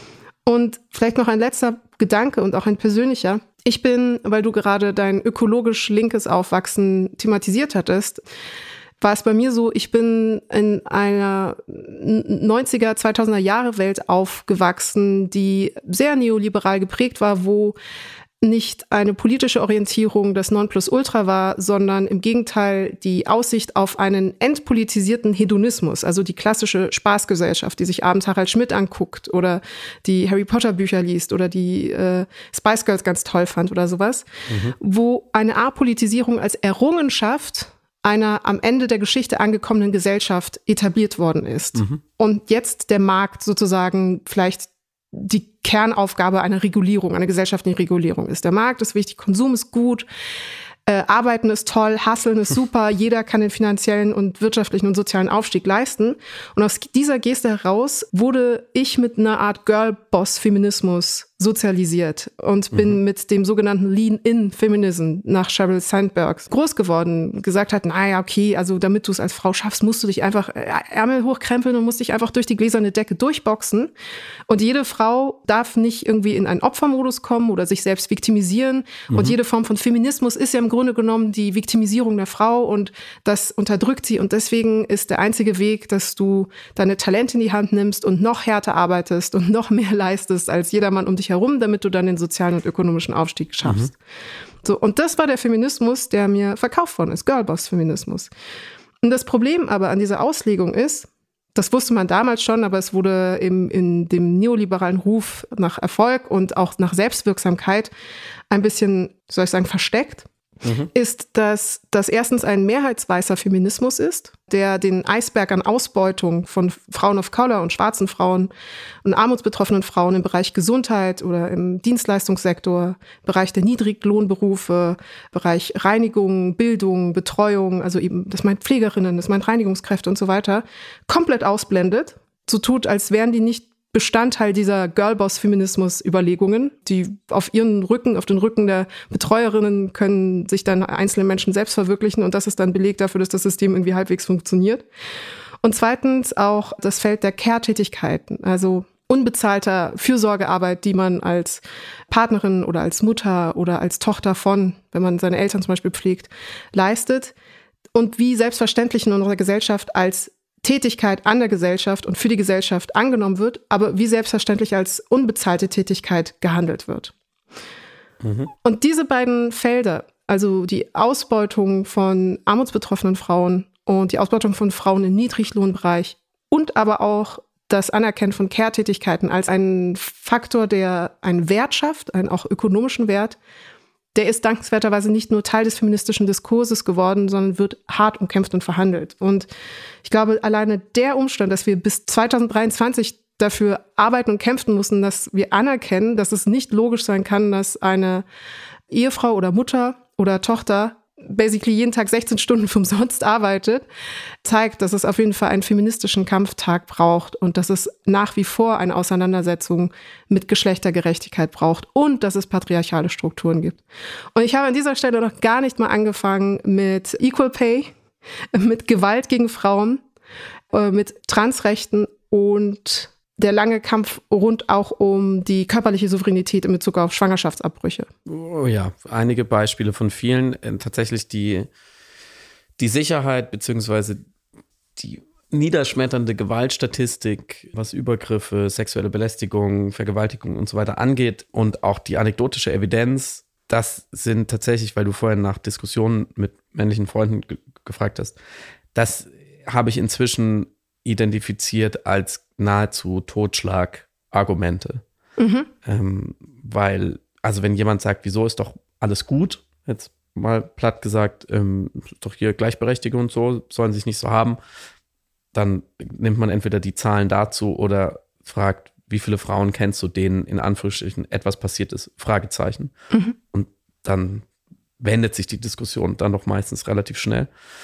Und vielleicht noch ein letzter Gedanke und auch ein persönlicher. Ich bin, weil du gerade dein ökologisch linkes Aufwachsen thematisiert hattest, war es bei mir so, ich bin in einer neunziger, zweitausender Jahre Welt aufgewachsen, die sehr neoliberal geprägt war, wo nicht eine politische Orientierung das Nonplusultra war, sondern im Gegenteil die Aussicht auf einen entpolitisierten Hedonismus, also die klassische Spaßgesellschaft, die sich abends Harald Schmidt anguckt oder die Harry Potter Bücher liest oder die äh, Spice Girls ganz toll fand oder sowas, mhm. wo eine Apolitisierung als Errungenschaft einer am Ende der Geschichte angekommenen Gesellschaft etabliert worden ist. Mhm. Und jetzt der Markt sozusagen vielleicht die Kernaufgabe einer Regulierung, einer gesellschaftlichen Regulierung ist. Der Markt ist wichtig, Konsum ist gut, äh, Arbeiten ist toll, Hustlen ist super, jeder kann den finanziellen und wirtschaftlichen und sozialen Aufstieg leisten. Und aus dieser Geste heraus wurde ich mit einer Art Girl-Boss-Feminismus sozialisiert und bin mhm. mit dem sogenannten Lean-In-Feminism nach Sheryl Sandberg groß geworden. Gesagt hat, naja, okay, also damit du es als Frau schaffst, musst du dich einfach Ärmel hochkrempeln und musst dich einfach durch die gläserne Decke durchboxen. Und jede Frau darf nicht irgendwie in einen Opfermodus kommen oder sich selbst viktimisieren. Mhm. Und jede Form von Feminismus ist ja im Grunde genommen die Viktimisierung der Frau und das unterdrückt sie. Und deswegen ist der einzige Weg, dass du deine Talente in die Hand nimmst und noch härter arbeitest und noch mehr leistest als jedermann um dich herum, damit du dann den sozialen und ökonomischen Aufstieg schaffst. Mhm. So, und das war der Feminismus, der mir verkauft worden ist, Girlboss-Feminismus. Und das Problem aber an dieser Auslegung ist, das wusste man damals schon, aber es wurde im, in dem neoliberalen Ruf nach Erfolg und auch nach Selbstwirksamkeit ein bisschen, soll ich sagen, versteckt. mhm. ist, dass das erstens ein mehrheitsweißer Feminismus ist, der den Eisberg an Ausbeutung von Frauen of Color und schwarzen Frauen und armutsbetroffenen Frauen im Bereich Gesundheit oder im Dienstleistungssektor, Bereich der Niedriglohnberufe, Bereich Reinigung, Bildung, Betreuung, also eben, das meint Pflegerinnen, das meint Reinigungskräfte und so weiter, komplett ausblendet, so tut, als wären die nicht Bestandteil dieser Girlboss-Feminismus-Überlegungen, die auf ihren Rücken, auf den Rücken der Betreuerinnen können sich dann einzelne Menschen selbst verwirklichen und das ist dann Beleg dafür, dass das System irgendwie halbwegs funktioniert. Und zweitens auch das Feld der Care-Tätigkeiten, also unbezahlter Fürsorgearbeit, die man als Partnerin oder als Mutter oder als Tochter von, wenn man seine Eltern zum Beispiel pflegt, leistet und wie selbstverständlich in unserer Gesellschaft als Tätigkeit an der Gesellschaft und für die Gesellschaft angenommen wird, aber wie selbstverständlich als unbezahlte Tätigkeit gehandelt wird. Mhm. Und diese beiden Felder, also die Ausbeutung von armutsbetroffenen Frauen und die Ausbeutung von Frauen im Niedriglohnbereich und aber auch das Anerkennen von Care-Tätigkeiten als einen Faktor, der einen Wert schafft, einen auch ökonomischen Wert, der ist dankenswerterweise nicht nur Teil des feministischen Diskurses geworden, sondern wird hart umkämpft und verhandelt. Und ich glaube, alleine der Umstand, dass wir bis zwanzig dreiundzwanzig dafür arbeiten und kämpfen müssen, dass wir anerkennen, dass es nicht logisch sein kann, dass eine Ehefrau oder Mutter oder Tochter basically jeden Tag sechzehn Stunden für umsonst arbeitet, zeigt, dass es auf jeden Fall einen feministischen Kampftag braucht und dass es nach wie vor eine Auseinandersetzung mit Geschlechtergerechtigkeit braucht und dass es patriarchale Strukturen gibt. Und ich habe an dieser Stelle noch gar nicht mal angefangen mit Equal Pay, mit Gewalt gegen Frauen, mit Transrechten und der lange Kampf rund auch um die körperliche Souveränität in Bezug auf Schwangerschaftsabbrüche. Oh ja, einige Beispiele von vielen. Tatsächlich die, die Sicherheit bzw. die niederschmetternde Gewaltstatistik, was Übergriffe, sexuelle Belästigung, Vergewaltigung und so weiter angeht und auch die anekdotische Evidenz, das sind tatsächlich, weil du vorhin nach Diskussionen mit männlichen Freunden ge- gefragt hast, das habe ich inzwischen identifiziert als nahezu Totschlagargumente. Mhm. Ähm, weil, also wenn jemand sagt, wieso ist doch alles gut, jetzt mal platt gesagt, ähm, ist doch hier Gleichberechtigung und so, sollen sich nicht so haben, dann nimmt man entweder die Zahlen dazu oder fragt, wie viele Frauen kennst du, denen in Anführungsstrichen etwas passiert ist, Fragezeichen. Mhm. Und dann wendet sich die Diskussion dann doch meistens relativ schnell.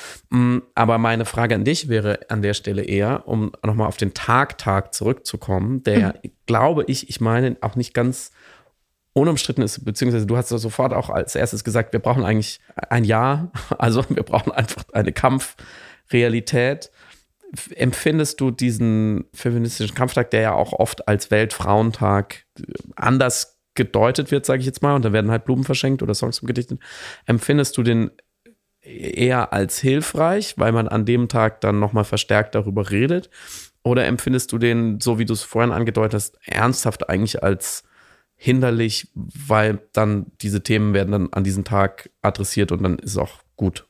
Aber meine Frage an dich wäre an der Stelle eher, um nochmal auf den Tag-Tag zurückzukommen, der, mhm. glaube ich, ich meine, auch nicht ganz unumstritten ist, beziehungsweise du hast ja sofort auch als erstes gesagt, wir brauchen eigentlich ein Jahr, also wir brauchen einfach eine Kampfrealität. Empfindest du diesen feministischen Kampftag, der ja auch oft als Weltfrauentag anders gedeutet wird, sage ich jetzt mal, und da werden halt Blumen verschenkt oder Songs gedichtet. Empfindest du den eher als hilfreich, weil man an dem Tag dann nochmal verstärkt darüber redet? Oder empfindest du den, so wie du es vorhin angedeutet hast, ernsthaft eigentlich als hinderlich, weil dann diese Themen werden dann an diesem Tag adressiert und dann ist es auch gut?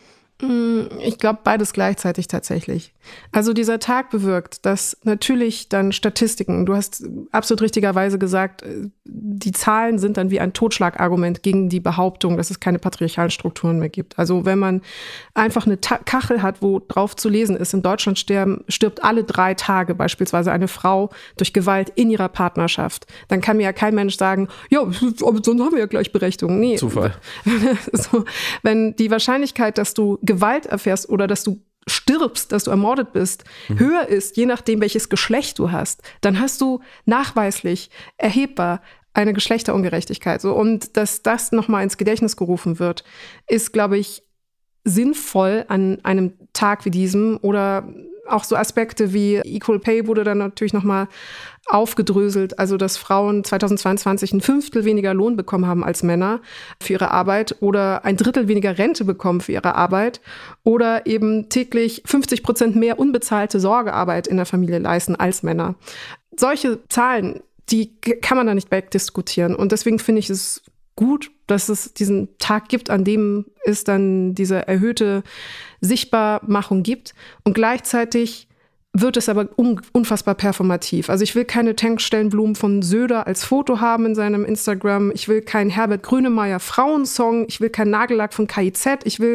Ich glaube, beides gleichzeitig tatsächlich. Also dieser Tag bewirkt, dass natürlich dann Statistiken, du hast absolut richtigerweise gesagt, die Zahlen sind dann wie ein Totschlagargument gegen die Behauptung, dass es keine patriarchalen Strukturen mehr gibt. Also wenn man einfach eine Ta- Kachel hat, wo drauf zu lesen ist, in Deutschland sterben, stirbt alle drei Tage beispielsweise eine Frau durch Gewalt in ihrer Partnerschaft, dann kann mir ja kein Mensch sagen, ja, aber sonst haben wir ja Gleichberechtigung. Nee. Zufall. So, wenn die Wahrscheinlichkeit, dass du Gewalt erfährst oder dass du stirbst, dass du ermordet bist, mhm. höher ist, je nachdem, welches Geschlecht du hast, dann hast du nachweislich, erhebbar eine Geschlechterungerechtigkeit. So, und dass das nochmal ins Gedächtnis gerufen wird, ist, glaube ich, sinnvoll an einem Tag wie diesem oder auch so Aspekte wie Equal Pay wurde dann natürlich nochmal aufgedröselt, also dass Frauen zweitausendzweiundzwanzig ein Fünftel weniger Lohn bekommen haben als Männer für ihre Arbeit oder ein Drittel weniger Rente bekommen für ihre Arbeit oder eben täglich fünfzig Prozent mehr unbezahlte Sorgearbeit in der Familie leisten als Männer. Solche Zahlen, die kann man da nicht wegdiskutieren und deswegen finde ich es gut, dass es diesen Tag gibt, an dem es dann diese erhöhte Sichtbarmachung gibt und gleichzeitig wird es aber un- unfassbar performativ. Also ich will keine Tankstellenblumen von Söder als Foto haben in seinem Instagram. Ich will keinen Herbert Grönemeyer Frauensong. Ich will keinen Nagellack von K I Z. Ich will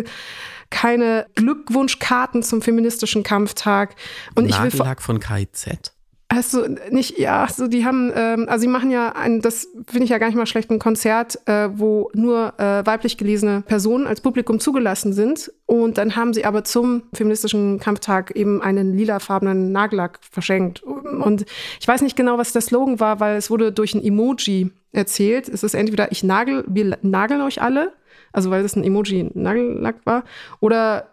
keine Glückwunschkarten zum feministischen Kampftag. Und Nagellack ich will von K I Z? Hast du nicht, ja, also die haben, ähm, also sie machen ja ein, das finde ich ja gar nicht mal schlecht, ein Konzert, äh, wo nur äh, weiblich gelesene Personen als Publikum zugelassen sind. Und dann haben sie aber zum feministischen Kampftag eben einen lilafarbenen Nagellack verschenkt. Und ich weiß nicht genau, was der Slogan war, weil es wurde durch ein Emoji erzählt. Es ist entweder ich nagel, wir nageln euch alle, also weil es ein Emoji Nagellack war, oder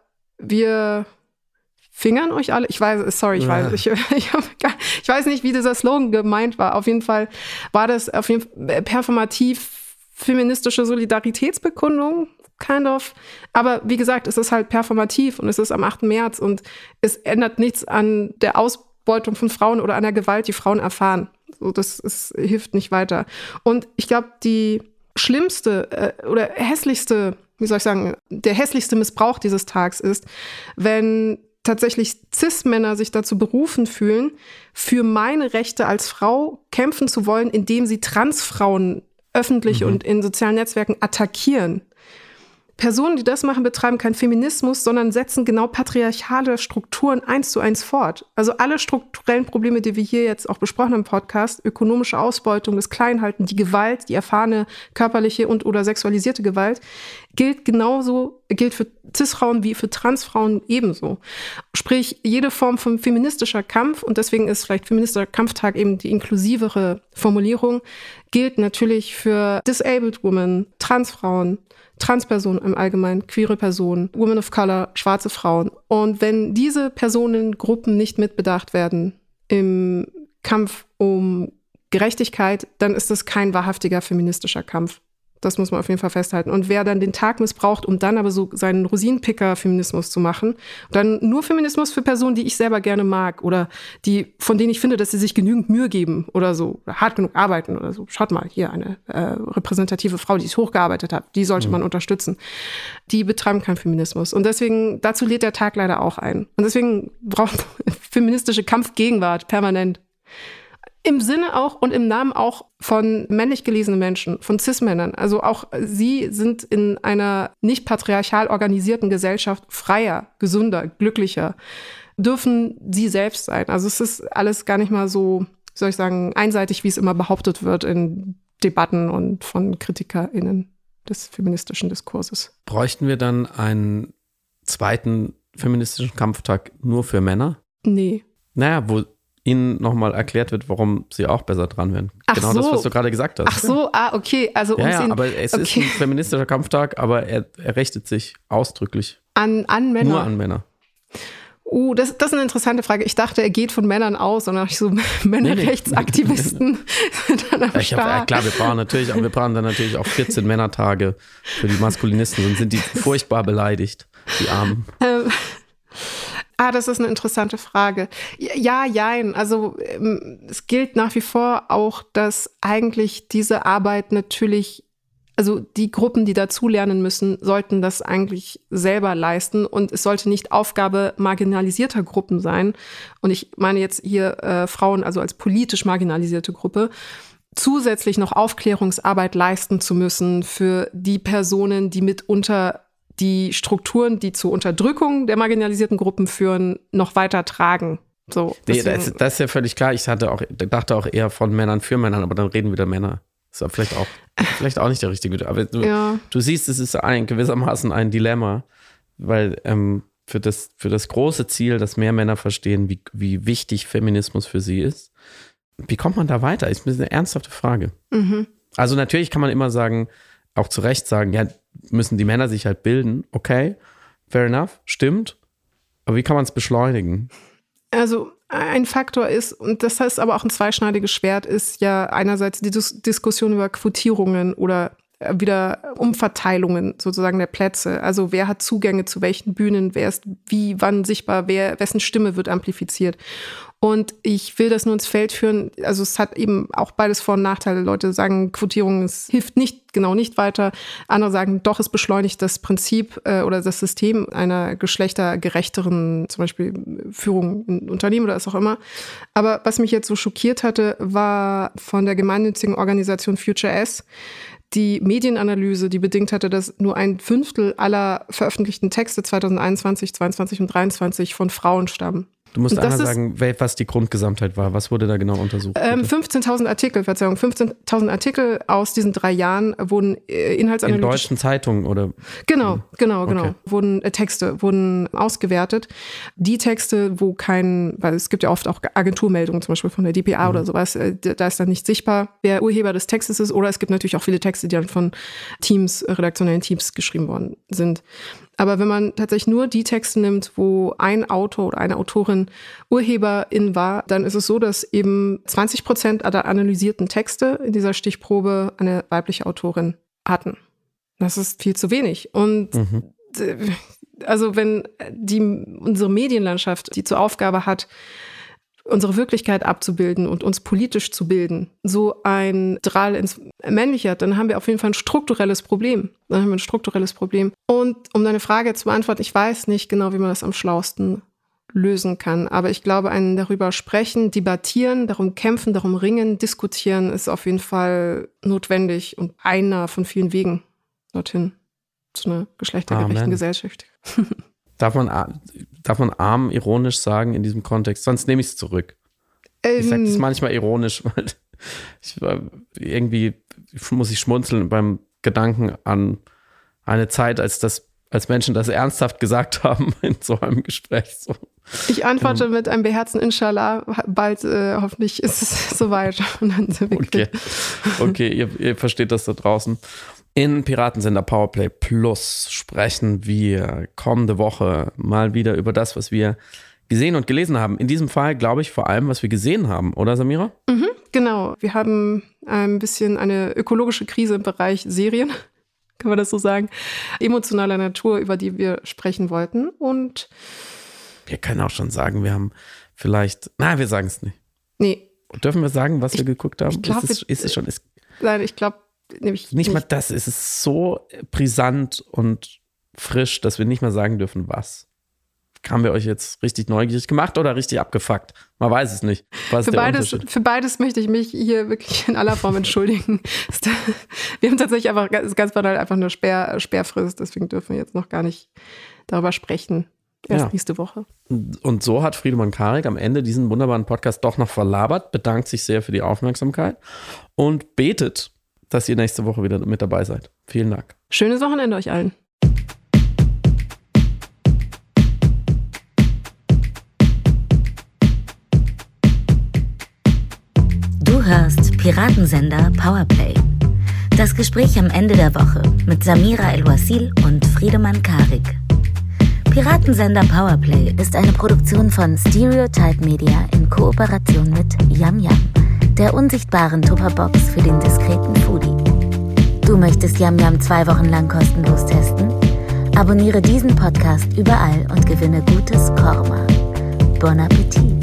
wir fingern euch alle? Ich weiß, sorry, ich weiß, ich, ich, ich weiß nicht, wie dieser Slogan gemeint war. Auf jeden Fall war das auf jeden Fall performativ feministische Solidaritätsbekundung, kind of. Aber wie gesagt, es ist halt performativ und es ist am achten März und es ändert nichts an der Ausbeutung von Frauen oder an der Gewalt, die Frauen erfahren. So, das ist, hilft nicht weiter. Und ich glaube, die schlimmste äh, oder hässlichste, wie soll ich sagen, der hässlichste Missbrauch dieses Tags ist, wenn tatsächlich Cis-Männer sich dazu berufen fühlen, für meine Rechte als Frau kämpfen zu wollen, indem sie Transfrauen öffentlich mhm. und in sozialen Netzwerken attackieren. Personen, die das machen, betreiben keinen Feminismus, sondern setzen genau patriarchale Strukturen eins zu eins fort. Also alle strukturellen Probleme, die wir hier jetzt auch besprochen haben im Podcast, ökonomische Ausbeutung, das Kleinhalten, die Gewalt, die erfahrene körperliche und oder sexualisierte Gewalt, gilt genauso, gilt für Cis-Frauen wie für Transfrauen ebenso. Sprich, jede Form von feministischer Kampf, und deswegen ist vielleicht feministischer Kampftag eben die inklusivere Formulierung, gilt natürlich für Disabled Women, Transfrauen, Transpersonen im Allgemeinen, queere Personen, Women of Color, schwarze Frauen. Und wenn diese Personengruppen nicht mitbedacht werden im Kampf um Gerechtigkeit, dann ist das kein wahrhaftiger feministischer Kampf. Das muss man auf jeden Fall festhalten. Und wer dann den Tag missbraucht, um dann aber so seinen Rosinenpicker-Feminismus zu machen, dann nur Feminismus für Personen, die ich selber gerne mag oder die, von denen ich finde, dass sie sich genügend Mühe geben oder so, oder hart genug arbeiten oder so. Schaut mal, hier eine äh, repräsentative Frau, die es hochgearbeitet hat, die sollte mhm. man unterstützen. Die betreiben keinen Feminismus. Und deswegen, dazu lädt der Tag leider auch ein. Und deswegen braucht feministische Kampfgegenwart permanent. Im Sinne auch und im Namen auch von männlich gelesenen Menschen, von Cis-Männern. Also auch sie sind in einer nicht patriarchal organisierten Gesellschaft freier, gesünder, glücklicher, dürfen sie selbst sein. Also es ist alles gar nicht mal so, wie soll ich sagen, einseitig, wie es immer behauptet wird in Debatten und von KritikerInnen des feministischen Diskurses. Bräuchten wir dann einen zweiten feministischen Kampftag nur für Männer? Nee. Naja, wo ihnen nochmal erklärt wird, warum sie auch besser dran wären. Ach genau so. Das, was du gerade gesagt hast. Ach so, ah, okay. Also ja, um ja, ihn, aber es okay. ist ein feministischer Kampftag, aber er, er richtet sich ausdrücklich an, an Männer. Nur an Männer. Uh, das, das ist eine interessante Frage. Ich dachte, er geht von Männern aus und dann habe ich so Männerrechtsaktivisten dann am ich hab, ja, klar, wir brauchen natürlich, aber wir brauchen dann natürlich auch vierzehn Männertage für die Maskulinisten, sonst sind die furchtbar beleidigt, die Armen. Ähm, Ah, das ist eine interessante Frage. Ja, jein. Also es gilt nach wie vor auch, dass eigentlich diese Arbeit natürlich, also die Gruppen, die dazulernen müssen, sollten das eigentlich selber leisten und es sollte nicht Aufgabe marginalisierter Gruppen sein. Und ich meine jetzt hier äh, Frauen, also als politisch marginalisierte Gruppe, zusätzlich noch Aufklärungsarbeit leisten zu müssen für die Personen, die mitunter die Strukturen, die zur Unterdrückung der marginalisierten Gruppen führen, noch weiter tragen. So, nee, das, das ist ja völlig klar. Ich hatte auch, dachte auch eher von Männern für Männern, aber dann reden wieder Männer. Das ist vielleicht auch, vielleicht auch nicht der richtige. Aber du, ja. du siehst, es ist ein, gewissermaßen ein Dilemma, weil ähm, für, das, für das große Ziel, dass mehr Männer verstehen, wie, wie wichtig Feminismus für sie ist, wie kommt man da weiter? Ist eine ernsthafte Frage. Mhm. Also natürlich kann man immer sagen, auch zu Recht sagen, ja, müssen die Männer sich halt bilden. Okay, fair enough, stimmt. Aber wie kann man es beschleunigen? Also ein Faktor ist, und das heißt aber auch ein zweischneidiges Schwert, ist ja einerseits die Dis- Diskussion über Quotierungen oder wieder Umverteilungen sozusagen der Plätze. Also wer hat Zugänge zu welchen Bühnen, wer ist wie, wann sichtbar, wer, wessen Stimme wird amplifiziert. Und ich will das nur ins Feld führen. Also es hat eben auch beides Vor- und Nachteile. Leute sagen, Quotierung es hilft nicht, genau nicht weiter. Andere sagen, doch, es beschleunigt das Prinzip äh, oder das System einer geschlechtergerechteren, zum Beispiel Führung in Unternehmen oder was auch immer. Aber was mich jetzt so schockiert hatte, war von der gemeinnützigen Organisation Future S, die Medienanalyse, die bedingt hatte, dass nur ein Fünftel aller veröffentlichten Texte zwanzig einundzwanzig, zweiundzwanzig und dreiundzwanzig von Frauen stammen. Du musst einmal sagen, was die Grundgesamtheit war. Was wurde da genau untersucht? Ähm, fünfzehntausend Artikel, Verzeihung, fünfzehntausend Artikel aus diesen drei Jahren wurden äh, inhaltsanalytisch. In deutschen Zeitungen oder? Genau, genau, genau. Okay. Wurden äh, Texte wurden ausgewertet. Die Texte, wo kein, weil es gibt ja oft auch Agenturmeldungen, zum Beispiel von der D P A mhm. oder sowas, äh, da ist dann nicht sichtbar, wer Urheber des Textes ist. Oder es gibt natürlich auch viele Texte, die dann von Teams, redaktionellen Teams geschrieben worden sind. Aber wenn man tatsächlich nur die Texte nimmt, wo ein Autor oder eine Autorin Urheberin war, dann ist es so, dass eben zwanzig Prozent aller analysierten Texte in dieser Stichprobe eine weibliche Autorin hatten. Das ist viel zu wenig. Und mhm. also wenn die, unsere Medienlandschaft, die zur Aufgabe hat, unsere Wirklichkeit abzubilden und uns politisch zu bilden, so ein Drahl ins Männliche hat, dann haben wir auf jeden Fall ein strukturelles Problem. Dann haben wir ein strukturelles Problem. Und um deine Frage zu beantworten, ich weiß nicht genau, wie man das am schlausten lösen kann. Aber ich glaube, ein darüber sprechen, debattieren, darum kämpfen, darum ringen, diskutieren, ist auf jeden Fall notwendig und einer von vielen Wegen dorthin zu einer geschlechtergerechten Amen. Gesellschaft. Darf man, darf man arm ironisch sagen in diesem Kontext? Sonst nehme ich es zurück. Ähm, ich sage das manchmal ironisch, weil ich, irgendwie muss ich schmunzeln beim Gedanken an eine Zeit, als, das, als Menschen das ernsthaft gesagt haben in so einem Gespräch. So. Ich antworte ähm, mit einem beherzten Inshallah. Bald, äh, hoffentlich ist es soweit. Und dann sind wir okay, okay ihr, ihr versteht das da draußen. In Piratensender Powerplay Plus sprechen wir kommende Woche mal wieder über das, was wir gesehen und gelesen haben. In diesem Fall glaube ich vor allem, was wir gesehen haben, oder Samira? Mhm, genau. Wir haben ein bisschen eine ökologische Krise im Bereich Serien, kann man das so sagen, emotionaler Natur, über die wir sprechen wollten. Und wir können auch schon sagen, wir haben vielleicht, nein, wir sagen es nicht. Nee. Dürfen wir sagen, was ich, wir geguckt haben? Ich glaub, ist, es, ist es schon? Ist, nein, ich glaube, Nicht, nicht mal das, es ist so brisant und frisch, dass wir nicht mehr sagen dürfen, was. Haben wir euch jetzt richtig neugierig gemacht oder richtig abgefuckt? Man weiß es nicht. Was für, ist der beides, für beides möchte ich mich hier wirklich in aller Form entschuldigen. Wir haben tatsächlich einfach ganz banal einfach eine Sperr, Sperrfrist, deswegen dürfen wir jetzt noch gar nicht darüber sprechen. Erst ja. nächste Woche. Und so hat Friedemann Karik am Ende diesen wunderbaren Podcast doch noch verlabert, bedankt sich sehr für die Aufmerksamkeit und betet, dass ihr nächste Woche wieder mit dabei seid. Vielen Dank. Schönes Wochenende euch allen. Du hörst Piratensender Powerplay. Das Gespräch am Ende der Woche mit Samira El-Wasil und Friedemann Karik. Piratensender Powerplay ist eine Produktion von Stereotype Media in Kooperation mit Yam Yam, der unsichtbaren Tupperbox für den diskreten Foodie. Du möchtest Yam Yam zwei Wochen lang kostenlos testen? Abonniere diesen Podcast überall und gewinne gutes Korma. Bon Appetit!